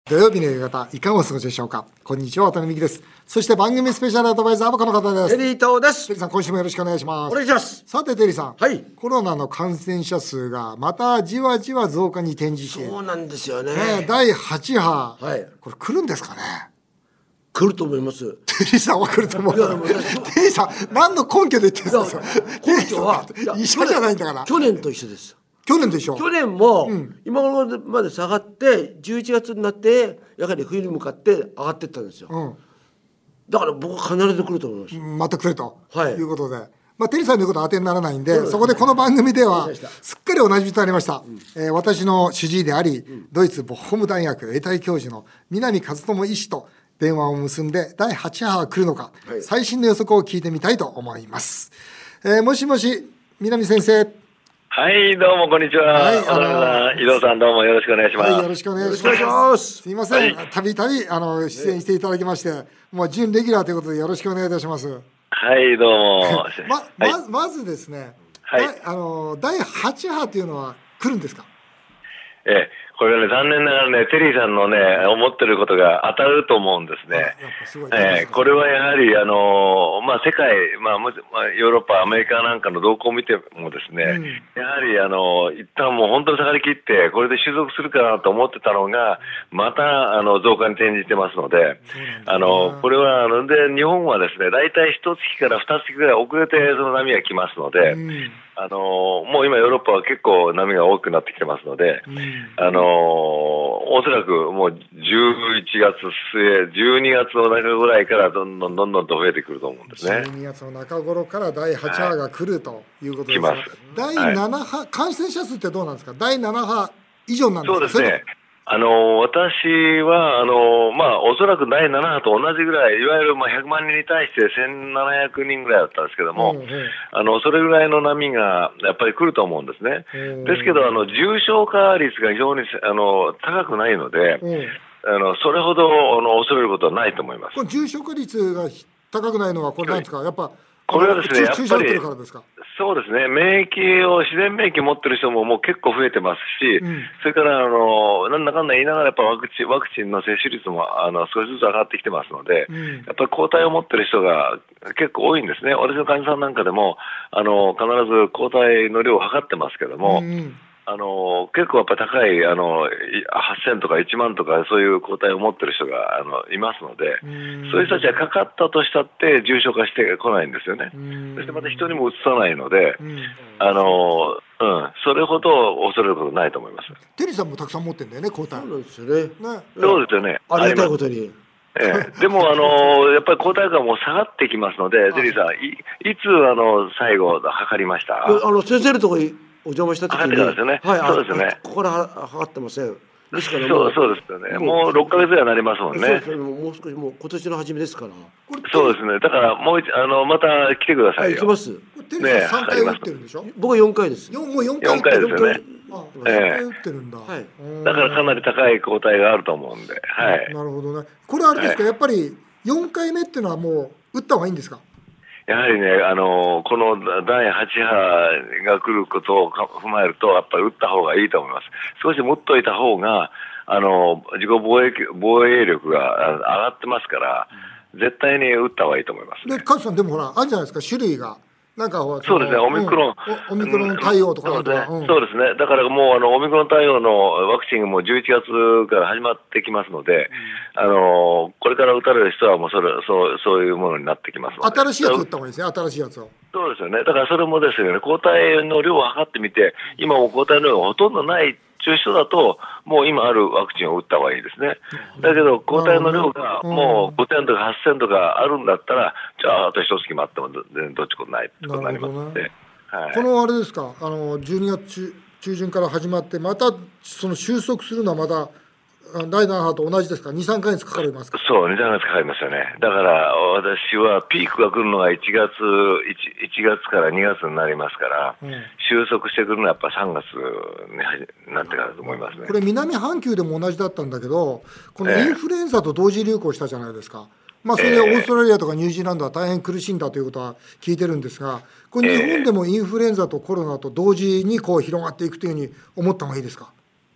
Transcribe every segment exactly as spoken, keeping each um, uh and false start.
土曜日の夕方いかがお過ごしでしょうか。こんにちは、渡辺美希です。そして番組スペシャルアドバイザーはこの方です。 テリー東です。 テリーさん、今週もよろしくお願いします。 お願いします。 さてテリーさん、 はい、 コロナの感染者数がまたじわじわ増加に転じて、 そうなんですよね。 ね、だいはち波、はい、これ来るんですかね。 来ると思います。 テリーさんは来ると思う。テリーさん、何の根拠で言ってるんですか。 根拠は医者じゃないんだから。 去年と一緒です。 去年でしょ。 去年も、うん、今頃まで下がってじゅういちがつになってやはり冬に向かって上がっていったんですよ、うん、だから僕は必ず来ると思います。 また来ると、はい、いうことで、まあ、テリーさんの言うことは当てにならないんで、 そ, そこでこの番組ではすっかりおなじみとなりました、うん、えー、私の主治医であり、うん、ドイツボッホム大学永代教授の南和智医師と電話を結んでだいはち波は来るのか、はい、最新の予測を聞いてみたいと思います。えー、もしもし南先生。 はい、どうもこんにちは。はい、あのー、伊藤さんどうもよろしくお願いします。はい、 よろしくお願いします。すみません、たびたびあの出演していただきまして、もう準レギュラーということでよろしくお願いいたします。 はい、どうも。 まままずですね、はい、あのだいはち波というのは来るんですか。 ええ、これはね、残念ながらね、テリーさんのね、思ってることが当たると思うんですね。ええ、これはやはり、あの、まあ、世界、まあ、ヨーロッパ、アメリカなんかの動向を見てもですね、うん、やはり、あの、一旦もう本当に下がりきって、これで収束するかなと思ってたのが、また、あの、増加に転じてますので、あの、これは、あの、で、日本はですね、大体一月から二月ぐらい遅れてその波が来ますので、うん、あのもう今ヨーロッパは結構波が多くなってきてますので、うん、あのおそらくもうじゅういちがつ末、じゅうにがつの中ぐらいからどんどんどんどんと増えてくると思うんですね。 じゅうにがつの中頃からだいはち波が来るということですが、はい、だいなな波、はい、感染者数ってどうなんですか。だいなな波以上なんですか。 そうですね。あの私はあの、まあ、おそらくだいなな波と同じぐらい、いわゆるまあひゃくまんにんに対してせんななひゃくにんぐらいだったんですけども、うんうん、あのそれぐらいの波がやっぱり来ると思うんですね。ですけどあの重症化率が非常にあの高くないので、あのそれほどあの恐れることはないと思います。 この重症化率が高くないのはこれなんですか。やっぱこれはですね、やっぱりそうですね、免疫を自然免疫を持ってる人ももう結構増えてますし、うん、それからあのなんだかんだ言いながらやっぱワクチンワクチンの接種率もあの少しずつ上がってきてますので、うん、やっぱり抗体を持ってる人が結構多いんですね。私の患者さんなんかでもあの必ず抗体の量を測ってますけども。うん、あの結構やっぱ高いあのはっせんとかいちまんとかそういう抗体を持ってる人があのいますので、そういう人たちはかかったとしたって重症化してこないんですよね。そしてまた人にもうつさないので、あの、うん、それほど恐れることないと思います。 テリーさんもたくさん持ってるんだよね、抗体。 そうですよね。 ね、そうですよね。 ありがたいことに。 ええ、でもあのやっぱり抗体価も下がってきますので、テリーさん い, いつあの最後測りました？ あの先生のところにお邪魔した時に、 ですよね。はい、そうですね。 ここから測ってません。ですからもう、そうそうですよね。もうろっかげつぐらいになりますもんね。そうですね。 もう少しもう今年の初めですから。 そうですね。だからもう一あのまた来てくださいよ。 はい、行きます。 ね、さんかい打ってるんでしょ。 僕はよんかいです。 もうよんかいですよね。 ええ、打ってるんだ。はい。 だからかなり高い抗体があると思うんで。はい。 なるほどね。これあれですか。やっぱりよんかいめっていうのはもう打った方がいいんですか。 やはりね、あのこのだいはち波が来ることを踏まえると、やっぱり打った方がいいと思います。少し持っといた方が、あの自己防衛防衛力が上がってますから、絶対に打った方がいいと思います、ね。 で、カズさん、でもほら、あるじゃないですか、種類が。なんかそうですね、オミクロン、 うん、オミクロン対応とかなんとか、 うん、そうですね、だからもうあのオミクロン対応のワクチンもじゅういちがつから始まってきますので、うん、あのこれから打たれる人はもうそれそうそういうものになってきますので、 新しいやつ打った方がいいですね、新しいやつを。 そうですよね、だからそれもですね、抗体の量を測ってみて、今も抗体の量がほとんどない中人だと、もう今あるワクチンを打った方がいいですね。だけど、抗体の量がもうごせんとかはっせんとかあるんだったら、じゃあ、あと一月待っても全然どっちこないってことになりますので。 はい、このあれですか、あのじゅうにがつ中、中旬から始まって、またその収束するのはまただいなな波と同じですか、に、さんかげつかかりますか。 そう、に、さんかげつかかりますよね。だから私はピークが来るのがいちがつ、1, 1月からにがつになりますから、うん、収束してくるのはやっぱさんがつになってからだと思いますね。 これ南半球でも同じだったんだけど、このインフルエンザと同時流行したじゃないですか。えー、まあそれでオーストラリアとかニュージーランドは大変苦しんだということは聞いてるんですが、これ日本でもインフルエンザとコロナと同時にこう広がっていくというふうに思った方がいいですか。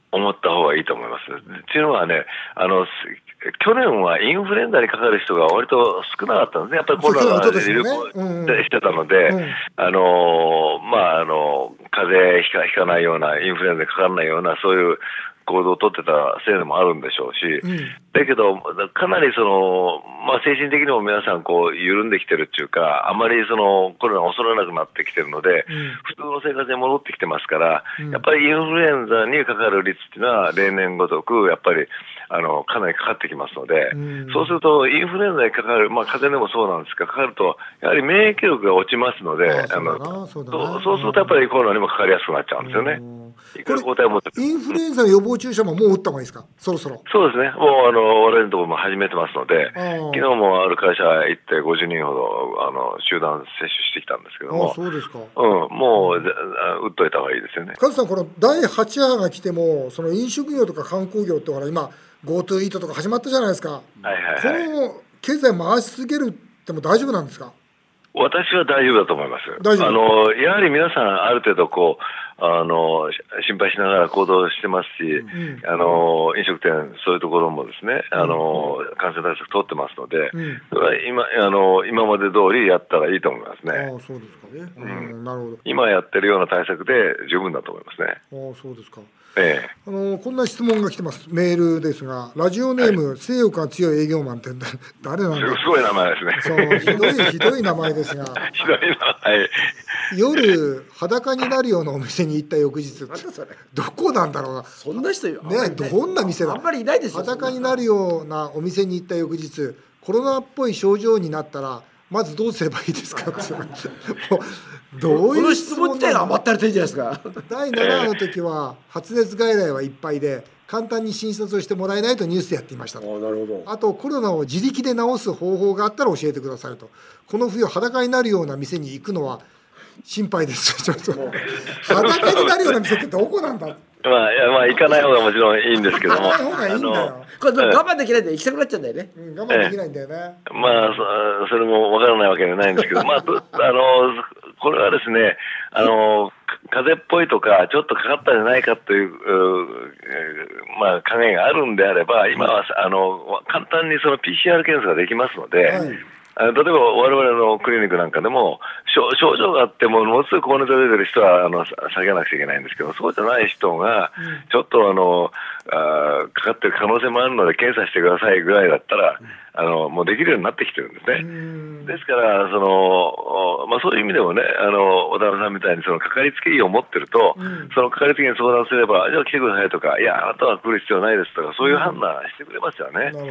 思った方がいいと思います。っていうのはね、あの去年はインフルエンザにかかる人が割と少なかったんですね。やっぱりコロナが流行してたので、あのまああの風邪ひかひかないような、インフルエンザにかからないような、そういう行動をとってたせいでもあるんでしょうし、うん、だけど、かなりその、まあ、精神的にも皆さんこう緩んできてるっていうか、あまりそのコロナを恐れなくなってきてるので、うん、普通の生活に戻ってきてますから、うん、やっぱりインフルエンザにかかる率っていうのは例年ごとくやっぱりあのかなりかかってきますので、うん、そうするとインフルエンザにかかる、まあ、風邪でもそうなんですが、かかるとやはり免疫力が落ちますので、そうするとやっぱりコロナにもかかりやすくなっちゃうんですよね。いくら抗体を持ってインフルエンザの予防注射ももう打った方がいいですか、そろそろ。 そうですね、もうあの我々のところも始めてますので、昨日もある会社行ってごじゅうにんほどあの集団接種してきたんですけども、 ああそうですか、 うん、もう打っといた方がいいですよね。 カズさん、このだいはち波が来ても、その飲食業とか観光業ってほら今 GoTo イートとか始まったじゃないですか、 はいはいはい、 この経済回し続けるっても大丈夫なんですか。 私は大丈夫だと思います。あのやはり皆さんある程度こうあの心配しながら行動してますし、うん、あの飲食店そういうところもですね、うん、あの感染対策取ってますので、うん、それは 今, あの今まで通りやったらいいと思いますね。 ああそうですかね、うん、なるほど。 今やってるような対策で十分だと思いますね。 ああそうですか。 ええ、 あのこんな質問が来てます。メールですが、ラジオネーム、はい、性欲が強い営業マンって誰なんだ。 すごい名前ですね。 そうひどいひどい名前ですがひどい名前。 夜裸になるようなお店に行った翌日、どこなんだろうな。 そんな人よね、どんな店だ。 あんまりいないですよ。 裸になるようなお店に行った翌日、コロナっぽい症状になったらまずどうすればいいですかってもうどういう質問で余ったりてるじゃないですか。 だいなな波の時は発熱外来はいっぱいで簡単に診察をしてもらえないとニュースでやっていましたと。 あ, なるほど。 あとコロナを自力で治す方法があったら教えてくださいと。この冬裸になるような店に行くのは心配ですちょっと裸になるような店ってどこなんだ。 まあ、いやまあ行かない方がもちろんいいんですけども、 行かない方がいいんだよ。 これ我慢できないんで行きたくなっちゃうんだよね、 うん、我慢できないんだよね、 ええ、まあ そ, それもわからないわけじゃないんですけどまああのこれはですね、あの風邪っぽいとかちょっとかかったんじゃないかという、まあ、考えがあるんであれば、今はあの簡単にその ピーシーアール 検査ができますので、はい、例えば我々のクリニックなんかでも症状があってもものすごい高熱が出てる人はあの下げなくちゃいけないんですけど、そうじゃない人がちょっとあのあかかってる可能性もあるので検査してくださいぐらいだったら、あのもうできるようになってきてるんですね。ですからその、まあ、そういう意味でもね、あの小田さんみたいにそのかかりつけ医を持ってると、うん、そのかかりつけ医に相談すれば、じゃあ来てくださいとか、いやあなたは来る必要ないですとか、そういう判断してくれますよね。うん、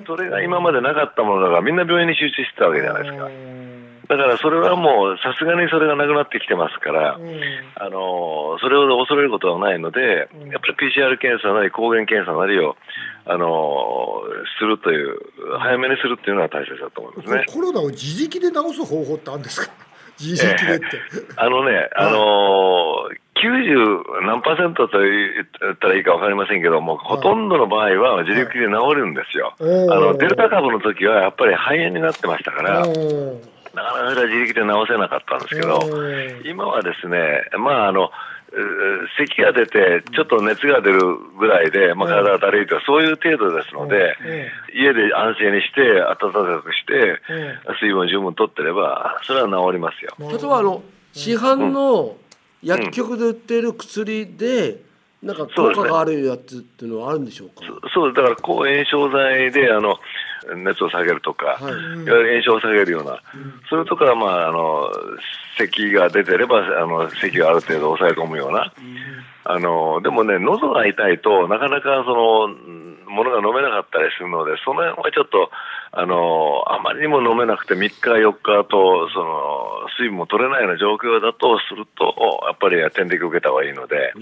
それが今までなかったものだから、みんな病院に集中してたわけじゃないですか。だからそれはもうさすがにそれがなくなってきてますから、うん、あのそれを恐れることはないので、うん、やっぱり ピーシーアール 検査なり抗原検査なりをあのするという、早めにするっていうのは大切だと思いますね。 コロナを自力で治す方法ってあるんですか？自力でって、 えー、あのね、あのきゅうじゅうなんパーセントと言ったらいいか分かりませんけども、ほとんどの場合は自力で治るんですよ。あのデルタ株の時はやっぱり肺炎になってましたから、なかなか自力で治せなかったんですけど、今はですね、まああの咳が出てちょっと熱が出るぐらいで、まあ、体がだるいとかそういう程度ですので、家で安静にして暖かくして水分を十分とってればそれは治りますよ。 例えばあの市販の薬局で売っている薬でなんか効果があるやつっていうのはあるんでしょうか？ そう、そうだから抗炎症剤であの熱を下げるとか、はい、炎症を下げるような、うん、それとか、まあ、あの咳が出てればあの咳をある程度抑え込むような、うん、あのでもね、喉が痛いとなかなかそのものが飲めなかったりするので、その辺はちょっとあのあまりにも飲めなくてみっかよっかとその水分も取れないような状況だとすると、やっぱり点滴を受けた方がいいので、うん、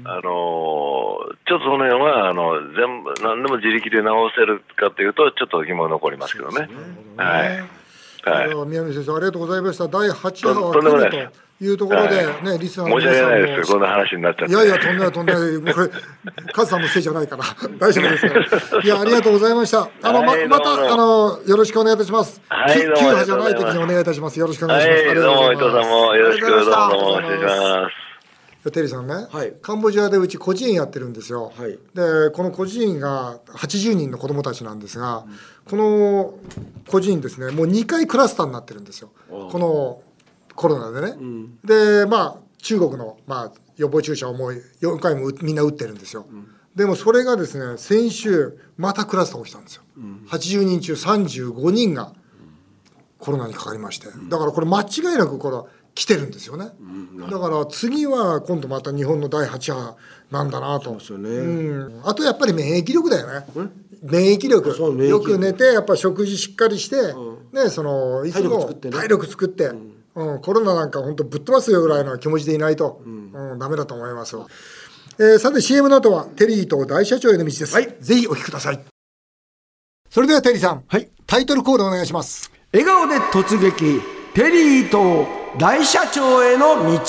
あのちょっとその辺はあの全部何でも自力で治せるかというとちょっと疑問残りますけどね。はい。 はい、宮根先生ありがとうございました。だいはち波は来るというところで、ね、はい、リスナーの皆さんも申し訳ないです、こんな話になっちゃって。 いやいや、とんでもないとんでもない、これカズさんのせいじゃないから大丈夫ですから。いや、ありがとうございました。あの、はい、ま, またあのよろしくお願いいたします。はい、きゅう波じゃない時にお願いいたします。よろしくお願いします。 はい、どうも伊藤さんもよろしくどうも失礼します。 テリーさんね、 はい、 カンボジアでうち孤児院やってるんですよ、 はい、 でこの孤児院がはちじゅうにんの子どもたちなんですが、うん、この孤児院ですねもうにかいクラスターになってるんですよこのコロナでね、うん、でまあ中国の、まあ、予防注射をもうよんかいもみんな打ってるんですよ、うん、でもそれがですね先週またクラスター起きたんですよ、うん、はちじゅうにんちゅうさんじゅうごにんがコロナにかかりまして、だからこれ間違いなくこれ来てるんですよね、うん、だから次は今度また日本のだいはち波なんだなと、 そうですよね、 うん、あとやっぱり免疫力だよね、免疫力、免疫よく寝てやっぱ食事しっかりして、うんね、そのいつも体力作って、ねうんうん、コロナなんか本当ぶっ飛ばすよぐらいの気持ちでいないと、うんうん、ダメだと思います、えー、さて シーエム の後はテリーと大社長への道です、はい、ぜひお聞きください。それではテリーさん、はい、タイトルコールお願いします。 笑顔で突撃テリーと大社長への道。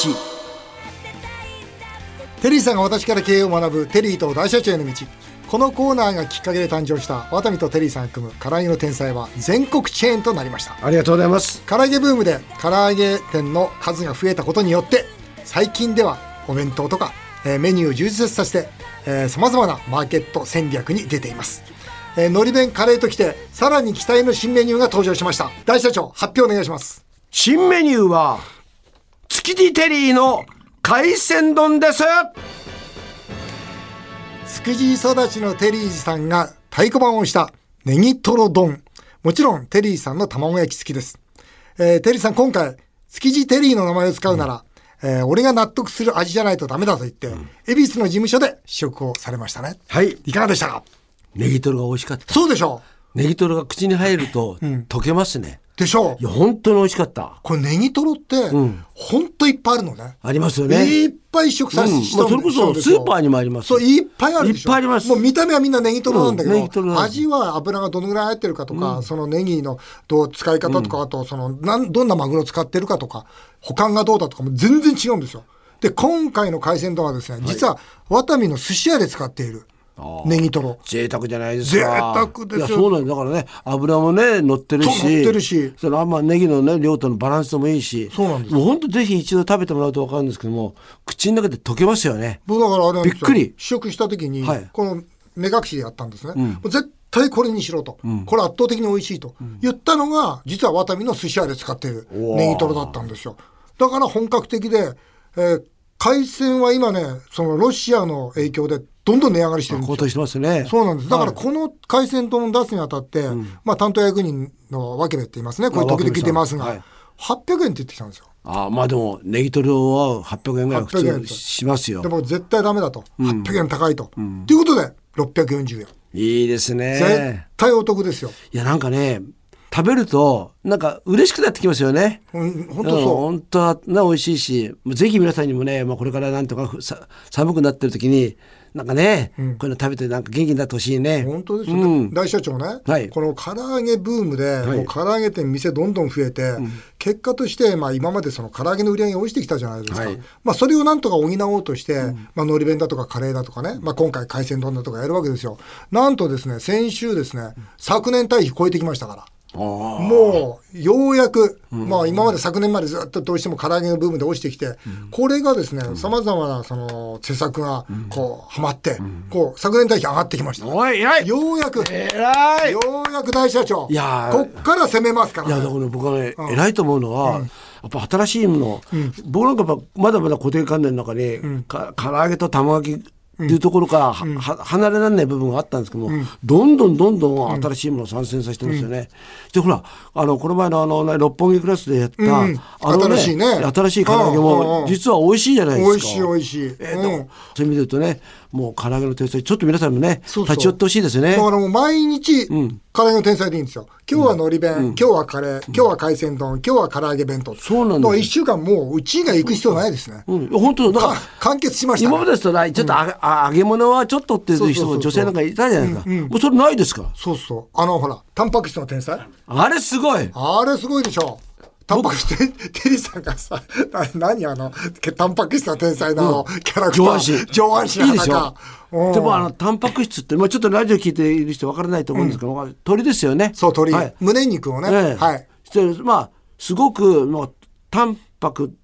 テリーさんが私から経営を学ぶテリーと大社長への道、このコーナーがきっかけで誕生したワタミとテリーさんが組む唐揚げの天才は全国チェーンとなりました。 ありがとうございます。 唐揚げブームで唐揚げ店の数が増えたことによって最近ではお弁当とか、えー、メニューを充実させてさまざまなマーケット戦略に出ています。えー、のり弁カレーときてさらに期待の新メニューが登場しました。大社長発表お願いします。 新メニューは築地テリーの海鮮丼です。 築地育ちのテリーさんが太鼓判をしたネギトロ丼、もちろんテリーさんの卵焼き付きです。えー、テリーさん今回築地テリーの名前を使うなら、うんえー、俺が納得する味じゃないとダメだと言って、うん、恵比寿の事務所で試食をされましたね。 はい、 いかがでしたか。 ネギトロが美味しかった。 そうでしょう。ネギトロが口に入ると溶けますね、うんでしょう。 いや本当に美味しかった。 これネギトロって本当いっぱいあるのね。 ありますよね。 いっぱい試食させて、うんまあ、それこそスーパーにもあります。 そういっぱいあるでしょ。 いっぱいあります。 もう見た目はみんなネギトロなんだけど、 うん、 味は油がどのぐらい入ってるかとか、うん、そのネギのどう使い方とか、うん、あとそのなんどんなマグロを使ってるかとか保管がどうだとかも全然違うんですよ。で今回の海鮮丼はですね、実はワタミの寿司屋で使っているネギトロ。 贅沢じゃないですか。 贅沢ですよ。 いやそうなんだからね、油もね乗ってるし、 乗ってるし、 そのあんまネギのね量とのバランスもいいし、 そうなんです。 もう本当ぜひ一度食べてもらうと分かるんですけども、口の中で溶けますよね。 僕だからあれびっくり試食した時に、はい、この目隠しでやったんですね。うん、もう絶対これにしろと、うん、これ圧倒的に美味しいと、うん、言ったのが実はワタミの寿司屋で使っているネギトロだったんですよ。だから本格的で、えー、海鮮は今ねそのロシアの影響でどんどん値上がりしてるんですよ。 高騰してますね。 そうなんです。だからこの海鮮丼を出すにあたって、はいまあ、担当役人のわけべって言いますね。これ時々出ますが、はい、はっぴゃくえんって言ってきたんですよ。 あまあでもネギトロははっぴゃくえんぐらい普通しますよ。 でも絶対ダメだと、うん、はっぴゃくえん高いと、うん、ということでろっぴゃくよんじゅうえん。 いいですね。 絶対お得ですよ。 いやなんかね食べるとなんか嬉しくなってきますよね。 うん、本当そう。 本当は美味しいし、ぜひ皆さんにもね、まあ、これからなんとかさ寒くなってる時になんかね、うん、こういうの食べてなんか元気になってほしいね。 本当ですよ、ねうん、大社長ね、はい、この唐揚げブームで、はい、もう唐揚げ店店どんどん増えて、うん、結果として、まあ、今までその唐揚げの売り上げが落ちてきたじゃないですか、はいまあ、それをなんとか補おうとして、うんまあ、のり弁だとかカレーだとかね、まあ、今回海鮮丼だとかやるわけですよ。なんとですね先週ですね、うん、昨年対比超えてきましたから。もうようやく、うんまあ、今まで昨年までずっとどうしても唐揚げのブームで落ちてきて、うん、これがですねさまざまなその施策がこうはまって、うん、こう昨年対比上がってきました。 おい偉いようやく偉いようやく大社長いやこっから攻めますから、ね、 いやだから僕はね、うん、偉いと思うのは、うん、やっぱ新しいもの、うん、僕なんかやっぱまだまだ固定観念の中に、うん、か唐揚げと卵焼きっていうところからは、うん、離れられない部分があったんですけども、うん、どんどんどんどん新しいものを参戦させてますよね、うん、でほらあのこの前のあの、ね、六本木クラスでやった、うん、あのね、新しいね新しい唐揚げも実は美味しいじゃないですか。 美味しい美味しい、 えーうん、そういう意味で言うとねもう唐揚げの天才ちょっと皆さんもねそうそう立ち寄ってほしいですね。 だからもう毎日、うん、唐揚げの天才でいいんですよ。今日はのり弁、うん、今日はカレー、今日は海鮮丼、今日は唐揚げ弁当。 そうなんです。だからいっしゅうかんもううちが行く必要ないですね。 うん、本当だから完結しました、ね。 今までですとちょっとあ、うん、揚げ物はちょっとっていう人も女性なんかいたじゃないですか。うんうん、もうそれないですか。 そうそうあのほらタンパク質の天才。 あれすごい。 あれすごいでしょ。タンパク質テリーさんがさ何あのタンパク質の天才のキャラクター、うん、上半身上半身いいでしょ。でもあのタンパク質って、まあ、ちょっとラジオ聞いている人分からないと思うんですけど、うん、鳥ですよね。 そう鳥、はい、胸肉をね、 えー、 はいまあすごくもうタンパク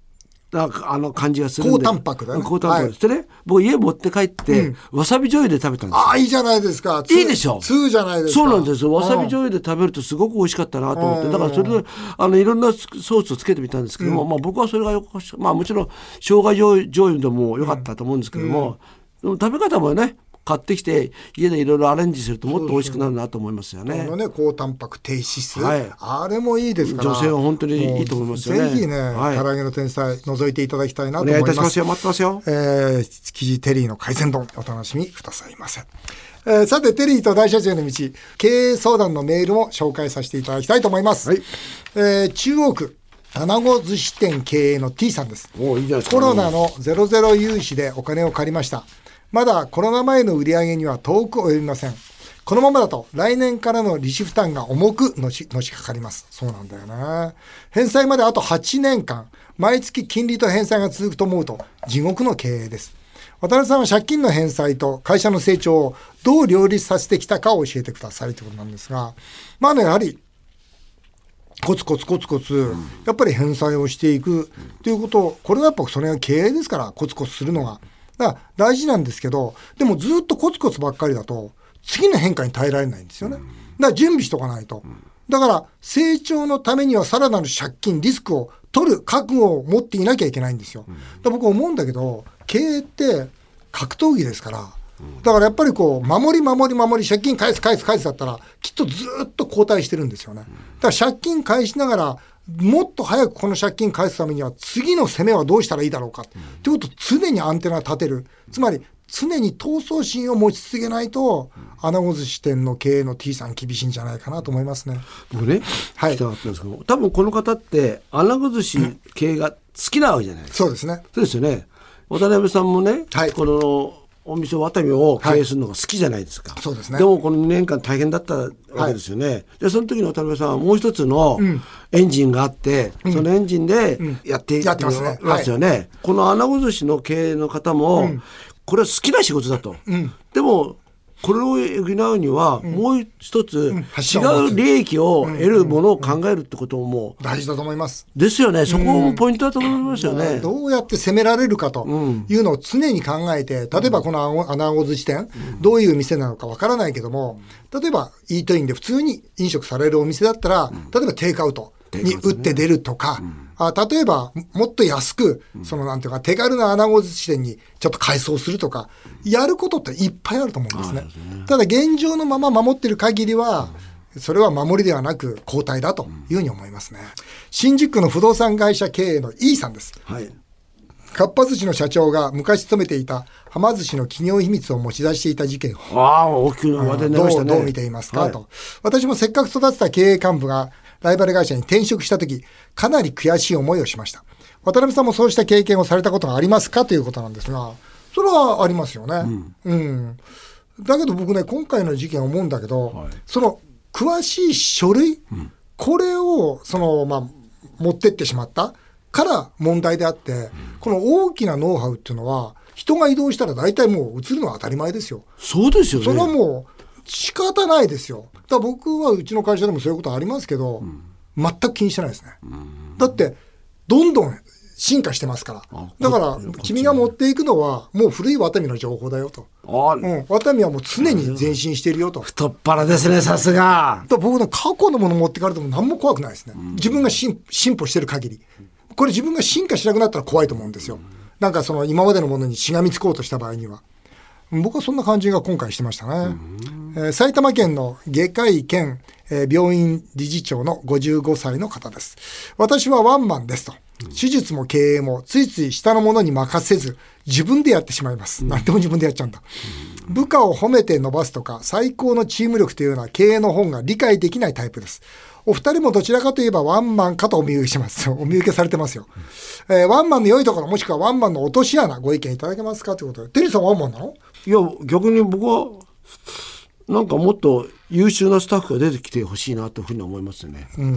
なんかあの感じがするんで高タンパクだね。 高タンパクです、はい、でね僕家持って帰って、うん、わさび醤油で食べたんですよ。 ああいいじゃないですか。 いいでしょ。 通じゃないですか。 そうなんですよ。わさび醤油で食べるとすごく美味しかったなと思って、だからそれであのいろんなソースをつけてみたんですけども、うん、まあ、僕はそれがよかった。まあもちろん生姜醤油でもよかったと思うんですけども、うんうん、でも食べ方もね買ってきて家でいろいろアレンジするともっと美味しくなるなと思いますよね。 このね高タンパク低脂質、はい、あれもいいですから、 女性は本当にいいと思いますよね。 ぜひね、はい、唐揚げの天才覗いていただきたいなと思います。 お願いいたしますよ。待ってますよ。 えー、築地テリーの海鮮丼お楽しみくださいませ。えー、さてテリーと大社長の道経営相談のメールも紹介させていただきたいと思います、はい。えー、中央区穴子寿司店経営の T さんです。 おいいじゃないですか。 コロナのゼロゼロ融資でお金を借りました。まだコロナ前の売り上げには遠く及びません。このままだと来年からの利子負担が重くのし、のしかかります。そうなんだよね。返済まであとはちねんかん、毎月金利と返済が続くと思うと地獄の経営です。渡辺さんは借金の返済と会社の成長をどう両立させてきたかを教えてくださいということなんですが、まあね、やはりコツコツコツコツ、うん、やっぱり返済をしていくということ、これはやっぱそれが経営ですから、コツコツするのがだから大事なんですけど、でもずっとコツコツばっかりだと次の変化に耐えられないんですよね。だから準備しとかないと。だから成長のためにはさらなる借金リスクを取る覚悟を持っていなきゃいけないんですよ。だから僕思うんだけど、経営って格闘技ですから、だからやっぱりこう守り守り守り借金返す返す返すだったらきっとずっと後退してるんですよね。だから借金返しながらもっと早くこの借金返すためには次の攻めはどうしたらいいだろうか、うん、ということを常にアンテナ立てる、つまり常に闘争心を持ち続けないと、うん、穴子寿司店の経営の T さん厳しいんじゃないかなと思いますね。 僕ね、はい、聞きたかったんですけど、多分この方って穴子寿司経営が好きなわけじゃないですか、うん、そうですね。そうですよね。渡辺さんもね、はい、このお店ワタミを経営するのが好きじゃないですか、はい、そうですね。でもこのにねんかん大変だったわけですよね、はい、でその時の渡辺さんはもう一つのエンジンがあって、うん、そのエンジンでやっていってますね、ますよね、はい、この穴子寿司の経営の方も、うん、これは好きな仕事だと、うん、でもこれを補うにはもう一つ違う利益を得るものを考えるってことも大事だと思います。 ですよね。そこもポイントだと思いますよね、 うん、どうやって攻められるかというのを常に考えて、例えばこの穴子寿司店、どういう店なのかわからないけども、例えばイートインで普通に飲食されるお店だったら、例えばテイクアウトに打って出るとか、あ例えばもっと安く、そのなんていうか手軽な穴子寿司店にちょっと改装するとか、やることっていっぱいあると思うんですね。ただ現状のまま守ってる限りは、それは守りではなく後退だというふうに思いますね。新宿区の不動産会社経営の E さんです。はい。かっぱ寿司の社長が昔勤めていたはま寿司の企業秘密を持ち出していた事件を、 ああ大きな話題になりましたね。 どう、どう見ていますか、はい、と。私もせっかく育てた経営幹部がライバル会社に転職したとき、かなり悔しい思いをしました。渡辺さんもそうした経験をされたことがありますかということなんですが、それはありますよね。うん。うん、だけど僕ね、今回の事件思うんだけど、はい、その詳しい書類、うん、これをその、まあ、持ってってしまったから問題であって、うん、この大きなノウハウっていうのは、人が移動したら大体もう移るのは当たり前ですよ。 そうですよね。 それはもう仕方ないですよ。だから僕はうちの会社でもそういうことありますけど、うん、全く気にしてないですね。うん、だってどんどん進化してますから。だから君が持っていくのはもう古いワタミの情報だよと。あ、うん、ワタミはもう常に前進しているよと。 太っ腹ですね、さすが。 だ僕ね、過去のもの持ってかれても何も怖くないですね。うん、自分が進歩してる限り。これ自分が進化しなくなったら怖いと思うんですよ。なんかその今までのものにしがみつこうとした場合には。僕はそんな感じが今回してましたね。えー、埼玉県の外科医兼、えー、病院理事長のごじゅうごさいの方です。私はワンマンですと。手術も経営もついつい下の者に任せず自分でやってしまいます。何でも自分でやっちゃうんだ。部下を褒めて伸ばすとか最高のチーム力というような経営の本が理解できないタイプです。お二人もどちらかといえばワンマンかとお見受けします。お見受けされてますよ。えー、ワンマンの良いところもしくはワンマンの落とし穴ご意見いただけますかということで。テリーさんワンマンなの？ いや逆に僕はなんかもっと優秀なスタッフが出てきてほしいなというふうに思いますね。うん、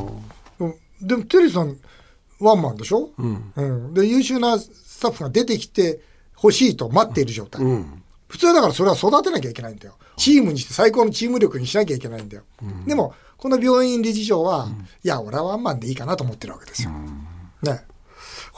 うん、でもテリーさんワンマンでしょ、うんうん、で優秀なスタッフが出てきてほしいと待っている状態、うん、普通だからそれは育てなきゃいけないんだよ。チームにして最高のチーム力にしなきゃいけないんだよ、うん、でもこの病院理事長は、うん、いや俺はワンマンでいいかなと思ってるわけですよ、うん、ね。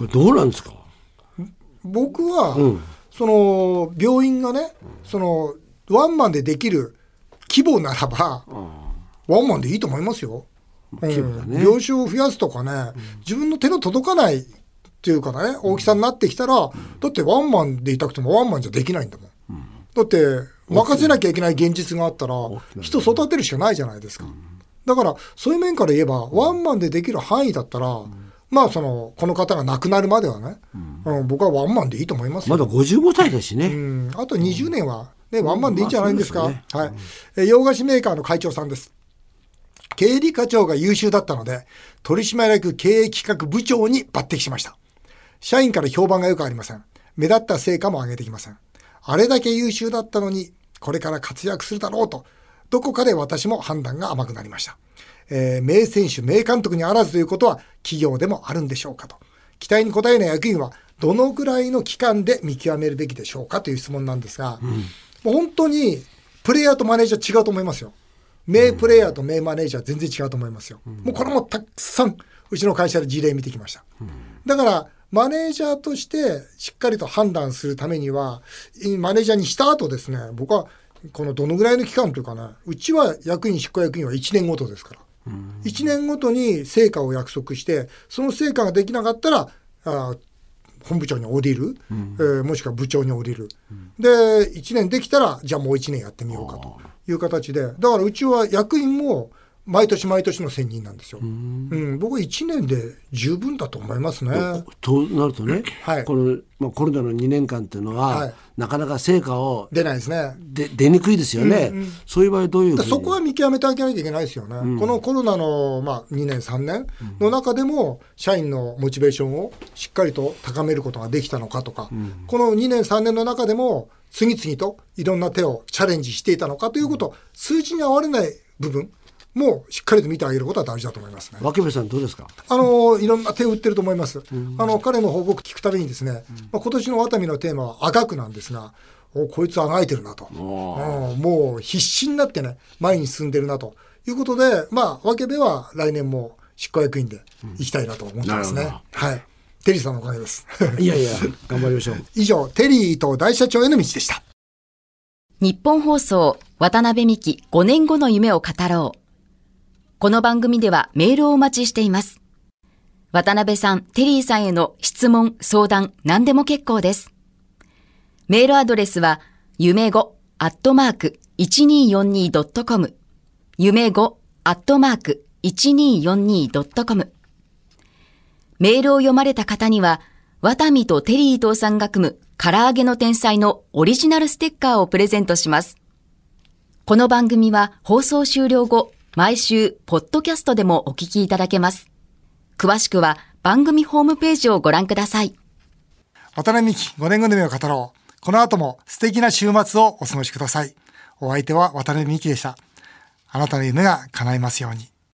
これどうなんですか？ 僕は、 うん、 その病院がね、そのワンマンでできる規模ならば、うん、ワンマンでいいと思いますよ。規模だね、うん、病床を増やすとかね、うん、自分の手の届かないっていうかね、大きさになってきたら、うん、だってワンマンでいたくてもワンマンじゃできないんだもん、うん、だって任せなきゃいけない現実があったら人育てるしかないじゃないですか、うん、だからそういう面から言えば、うん、ワンマンでできる範囲だったら、うん、まあそのこの方が亡くなるまではね、うんうん、僕はワンマンでいいと思いますよ。 まだごじゅうごさいだしね、 うん、あとにじゅうねんは、ね、ワンマンでいいんじゃないんですか、まあそうですね、はい、え洋菓子メーカーの会長さんです。経理課長が優秀だったので取締役経営企画部長に抜擢しました。社員から評判が良くありません。目立った成果も上げてきません。あれだけ優秀だったのにこれから活躍するだろうと、どこかで私も判断が甘くなりました。えー、名選手名監督にあらずということは企業でもあるんでしょうかと。期待に応えない役員はどのぐらいの期間で見極めるべきでしょうかという質問なんですが、うん、もう本当にプレイヤーとマネージャー違うと思いますよ。名プレイヤーと名マネージャー全然違うと思いますよ、うん、もうこれもたくさんうちの会社で事例見てきました、うん、だからマネージャーとしてしっかりと判断するためには、マネージャーにした後ですね、僕はこのどのぐらいの期間というかね、うちは役員執行役員はいちねんごとですから、うん、いちねんごとに成果を約束して、その成果ができなかったらあ本部長に降りる、うん、えー、もしくは部長に降りる、うん、でいちねんできたらじゃあもういちねんやってみようかという形で、だからうちは役員も毎年毎年の選任なんですよ。うん、うん、僕はいちねんで十分だと思いますね。 となるとね、はい、この、まあ、コロナのにねんかんっていうのは、はい、なかなか成果を出ないですね。 で出にくいですよね、うんうん、そういう場合どういうふうにそこは見極めてあげなきゃいけないですよね、うん、このコロナの、まあ、にねんさんねんの中でも社員のモチベーションをしっかりと高めることができたのかとか、うん、このにねんさんねんの中でも次々といろんな手をチャレンジしていたのかということ、数字に合われない部分もうしっかりと見てあげることは大事だと思いますね。 脇部さんどうですか？ あのいろんな手を打ってると思います、うん、あの彼の報告聞くたびにですね、うん、まあ、今年のワタミのテーマはあがくなんですが、おこいつあがいてるなと、うん、もう必死になってね前に進んでるなということで、まあ脇部は来年も執行役員で行きたいなと思ってますね、うん、はい、テリーさんのおかげですいやいや頑張りましょう以上、テリーと大社長への道でした。 日本放送渡辺美希ごねんごの夢を語ろう。この番組ではメールをお待ちしています。渡辺さん、テリーさんへの質問、相談、何でも結構です。メールアドレスは、夢ごアットマークいちにーよんにードットコム、夢ごアットマークいちにーよんにードットコム。メールを読まれた方には、ワタミとテリー伊藤さんが組む唐揚げの天才のオリジナルステッカーをプレゼントします。この番組は放送終了後、毎週、ポッドキャストでもお聞きいただけます。詳しくは番組ホームページをご覧ください。 渡辺美希ごねんごの夢を語ろう。この後も素敵な週末をお過ごしください。お相手は渡辺美希でした。あなたの夢が叶いますように。